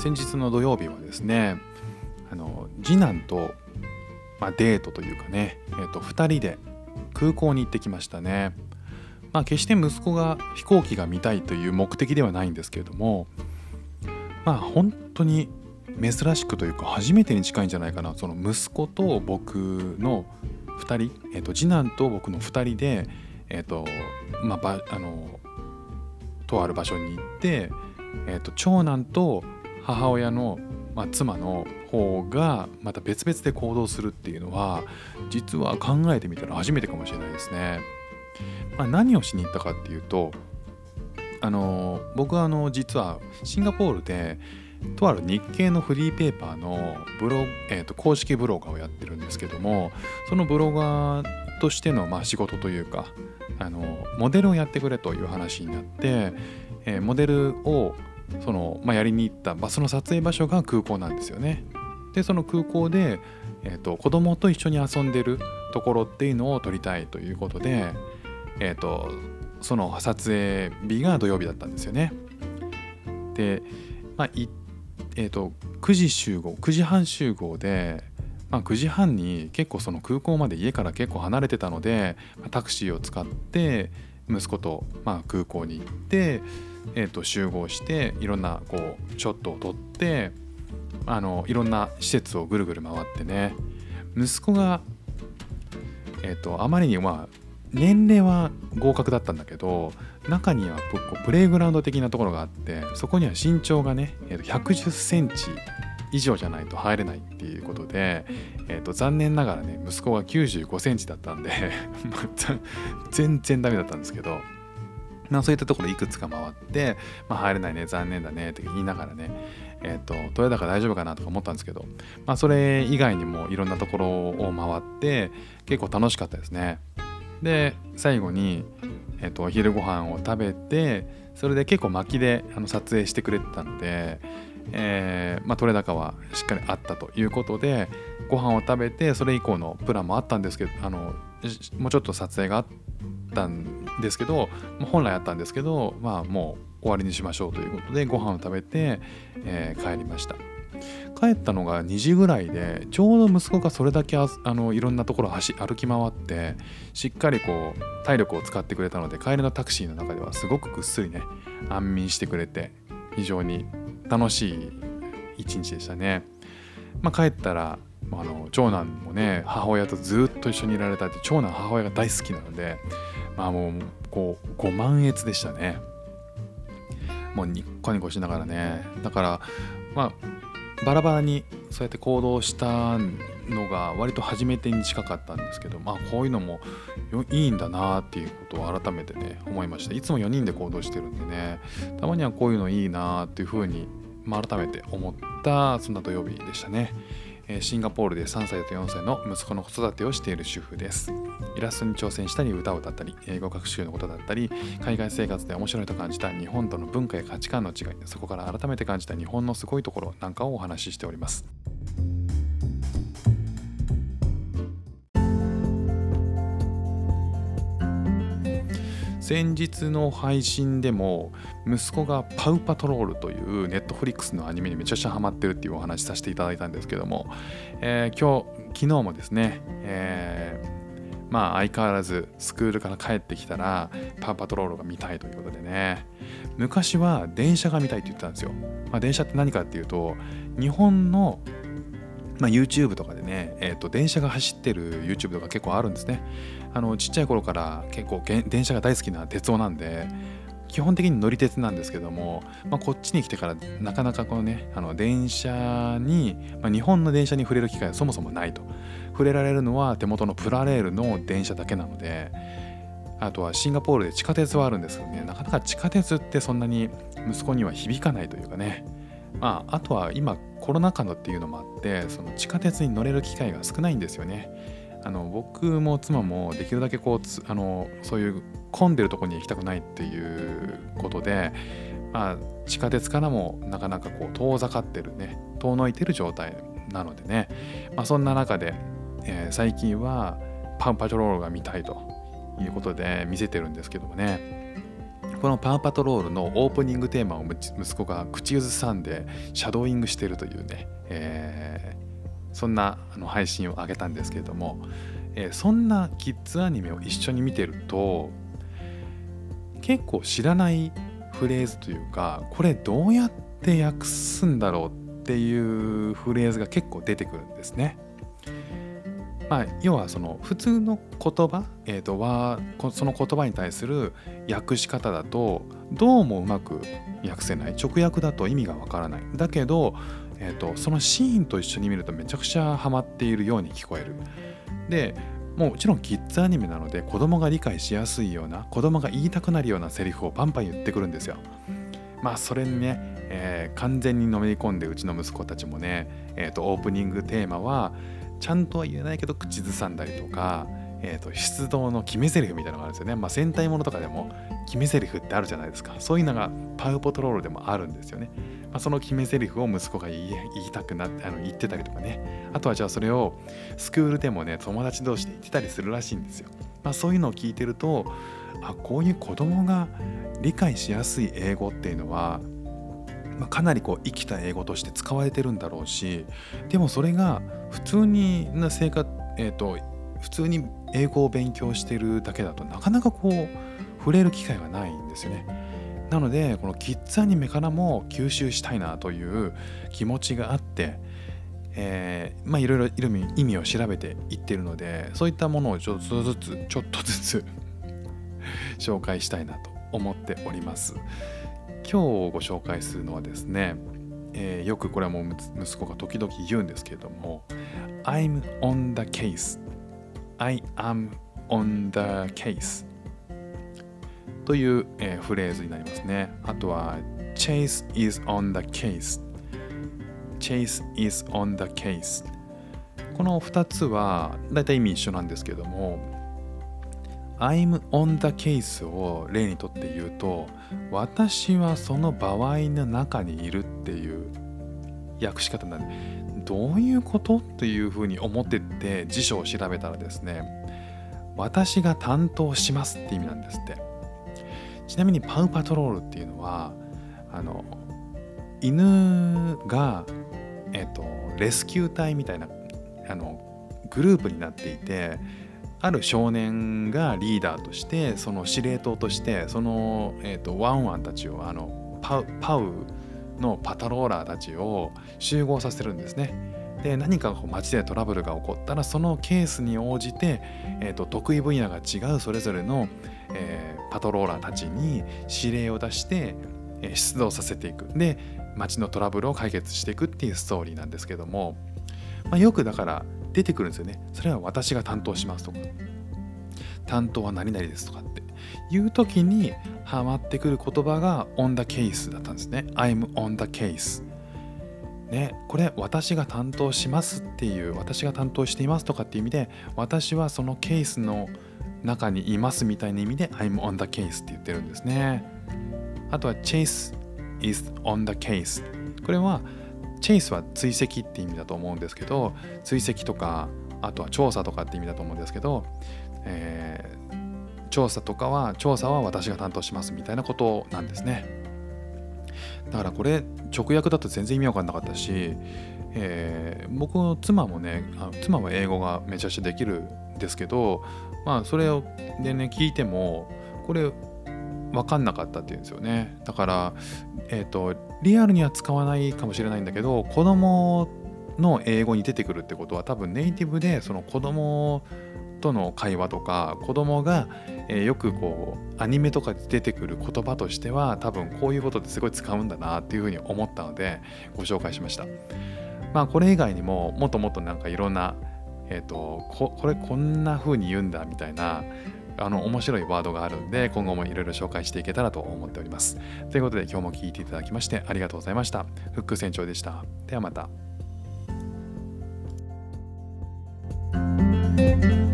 先日の土曜日はですね、次男と、デートというかね、2人で空港に行ってきましたね。決して息子が飛行機が見たいという目的ではないんですけれども、本当に珍しくというか初めてに近いんじゃないかな。その息子と僕の2人、次男と僕の2人で、とある場所に行って、長男と母親の、妻の方がまた別々で行動するっていうのは、実は考えてみたら初めてかもしれないですね。何をしに行ったかっていうと、僕は実はシンガポールでとある日系のフリーペーパーの公式ブロガーをやってるんですけども、そのブロガーとしての仕事というか、モデルをやってくれという話になって、モデルをやりに行ったその撮影場所が空港なんですよね。でその空港で、子供と一緒に遊んでるところっていうのを撮りたいということで、その撮影日が土曜日だったんですよね。で、9時半集合で、9時半に結構その空港まで家から結構離れてたので、タクシーを使って息子と空港に行って、集合していろんなショットを撮って、いろんな施設をぐるぐる回ってね、息子があまりに年齢は合格だったんだけど、中にはプレイグラウンド的なところがあって、そこには身長がね、110センチ以上じゃないと入れないっていうことで、残念ながらね息子が95センチだったんで全然ダメだったんですけど、そういったところいくつか回って、入れないね、残念だねって言いながらね、どれだか大丈夫かなとか思ったんですけど、それ以外にもいろんなところを回って結構楽しかったですね。で最後に、お昼ご飯を食べて、それで結構巻きで撮影してくれてたので、撮れ高はしっかりあったということで、ご飯を食べてそれ以降のプランもあったんですけど、もうちょっと撮影があったんですけど、本来あったんですけど、もう終わりにしましょうということでご飯を食べて、帰りました。帰ったのが2時ぐらいで、ちょうど息子がそれだけいろんなところ歩き回ってしっかり体力を使ってくれたので、帰りのタクシーの中ではすごくぐっすりね安眠してくれて、非常に楽しい一日でしたね。帰ったら長男もね母親とずっと一緒にいられたって、長男母親が大好きなので、もうご満悦でしたね。もうニッコニコしながらね。だからバラバラにそうやって行動したのが割と初めてに近かったんですけど、こういうのもいいんだなっていうことを改めてね思いました。いつも4人で行動してるんでね、たまにはこういうのいいなっていうふうに、改めて思ったそんな土曜日でしたね。シンガポールで3歳と4歳の息子の子育てをしている主婦です。イラストに挑戦したり、歌を歌ったり、英語学習のことだったり、海外生活で面白いと感じた日本との文化や価値観の違い、そこから改めて感じた日本のすごいところなんかをお話ししております。先日の配信でも息子がパウパトロールというネットフリックスのアニメにめちゃくちゃハマってるっていうお話させていただいたんですけども、昨日もですね、相変わらずスクールから帰ってきたらパウパトロールが見たいということでね、昔は電車が見たいって言ってたんですよ。電車って何かっていうと、日本のYouTube とかでね、電車が走ってる YouTube とか結構あるんですね。ちっちゃい頃から結構電車が大好きな鉄夫なんで、基本的に乗り鉄なんですけども、こっちに来てからなかなか電車に、日本の電車に触れる機会はそもそもないと。触れられるのは手元のプラレールの電車だけなので、あとはシンガポールで地下鉄はあるんですけどね、なかなか地下鉄ってそんなに息子には響かないというかね。あとは今コロナ禍のっていうのもあって、その地下鉄に乗れる機会が少ないんですよね。僕も妻もできるだけそういう混んでるところに行きたくないっていうことで、地下鉄からもなかなか遠ざかってるね、遠のいてる状態なのでね、そんな中で、最近はパウパトロールが見たいということで見せてるんですけどもね、 このパウパトロールのオープニングテーマを息子が口ずさんでシャドーイングしているというね、そんな配信を上げたんですけれども、そんなキッズアニメを一緒に見てると結構知らないフレーズというか、これどうやって訳すんだろうっていうフレーズが結構出てくるんですね。要はその普通の言葉、その言葉に対する訳し方だとどうもうまく訳せない、直訳だと意味がわからない、だけど、そのシーンと一緒に見るとめちゃくちゃハマっているように聞こえる。でもちろんキッズアニメなので子供が理解しやすいような、子供が言いたくなるようなセリフをバンバン言ってくるんですよ。それにね、完全にのめり込んで、うちの息子たちもね、オープニングテーマはちゃんとは言えないけど口ずさんだりとか、出動の決め台詞みたいなのがあるんですよね。戦隊ものとかでも決め台詞ってあるじゃないですか。そういうのがパウパトロールでもあるんですよね。その決め台詞を息子が言いたくなって言ってたりとかね。あとはじゃあそれをスクールでもね、友達同士で言ってたりするらしいんですよ。そういうのを聞いてると、こういう子供が理解しやすい英語っていうのは、かなり生きた英語として使われてるんだろうし、でもそれが普通に生活、普通に英語を勉強してるだけだとなかなか触れる機会がないんですよね。なのでこのキッズアニメからも吸収したいなという気持ちがあって、いろいろ意味を調べていってるので、そういったものをちょっとずつ紹介したいなと思っております。今日ご紹介するのはですね、よくこれはもう息子が時々言うんですけれども、 I'm on the case I am on the case という、フレーズになりますね。あとは Chase is on the case Chase is on the case。 この2つはだいたい意味一緒なんですけれども、I'm on the case を例にとって言うと、私はその場合の中にいるっていう訳し方なんで、どういうことっていうふうに思ってって辞書を調べたらですね、私が担当しますって意味なんですって。ちなみにパウパトロールっていうのは犬が、レスキュー隊みたいなグループになっていて、ある少年がリーダーとして、その司令塔としてその、ワンワンたちをパウのパトローラーたちを集合させるんですね。で何か街でトラブルが起こったら、そのケースに応じて、得意分野が違うそれぞれの、パトローラーたちに指令を出して、出動させていく。で街のトラブルを解決していくっていうストーリーなんですけども、よくだから出てくるんですよね。それは私が担当しますとか、担当は何々ですとかっていう時にハマってくる言葉が on the case だったんですね。 I'm on the case ね、これ私が担当しますっていう、私が担当していますとかっていう意味で、私はそのケースの中にいますみたいな意味で I'm on the case って言ってるんですね。あとは Chase is on the case。 これはチェイスは追跡って意味だと思うんですけど、追跡とかあとは調査とかって意味だと思うんですけど、調査は私が担当しますみたいなことなんですね。だからこれ直訳だと全然意味わかんなかったし、僕の妻もね、妻は英語がめちゃくちゃできるんですけど、それでね聞いてもこれ分かんなかったっていうんですよね。だから、リアルには使わないかもしれないんだけど、子供の英語に出てくるってことは多分ネイティブで、その子供との会話とか、子供が、よくアニメとかで出てくる言葉としては多分こういうことですごい使うんだなっていうふうに思ったのでご紹介しました。これ以外にももっともっとなんかいろんな、これこんな風に言うんだみたいな面白いワードがあるんで、今後もいろいろ紹介していけたらと思っております。ということで今日も聞いていただきましてありがとうございました。フック船長でした。ではまた。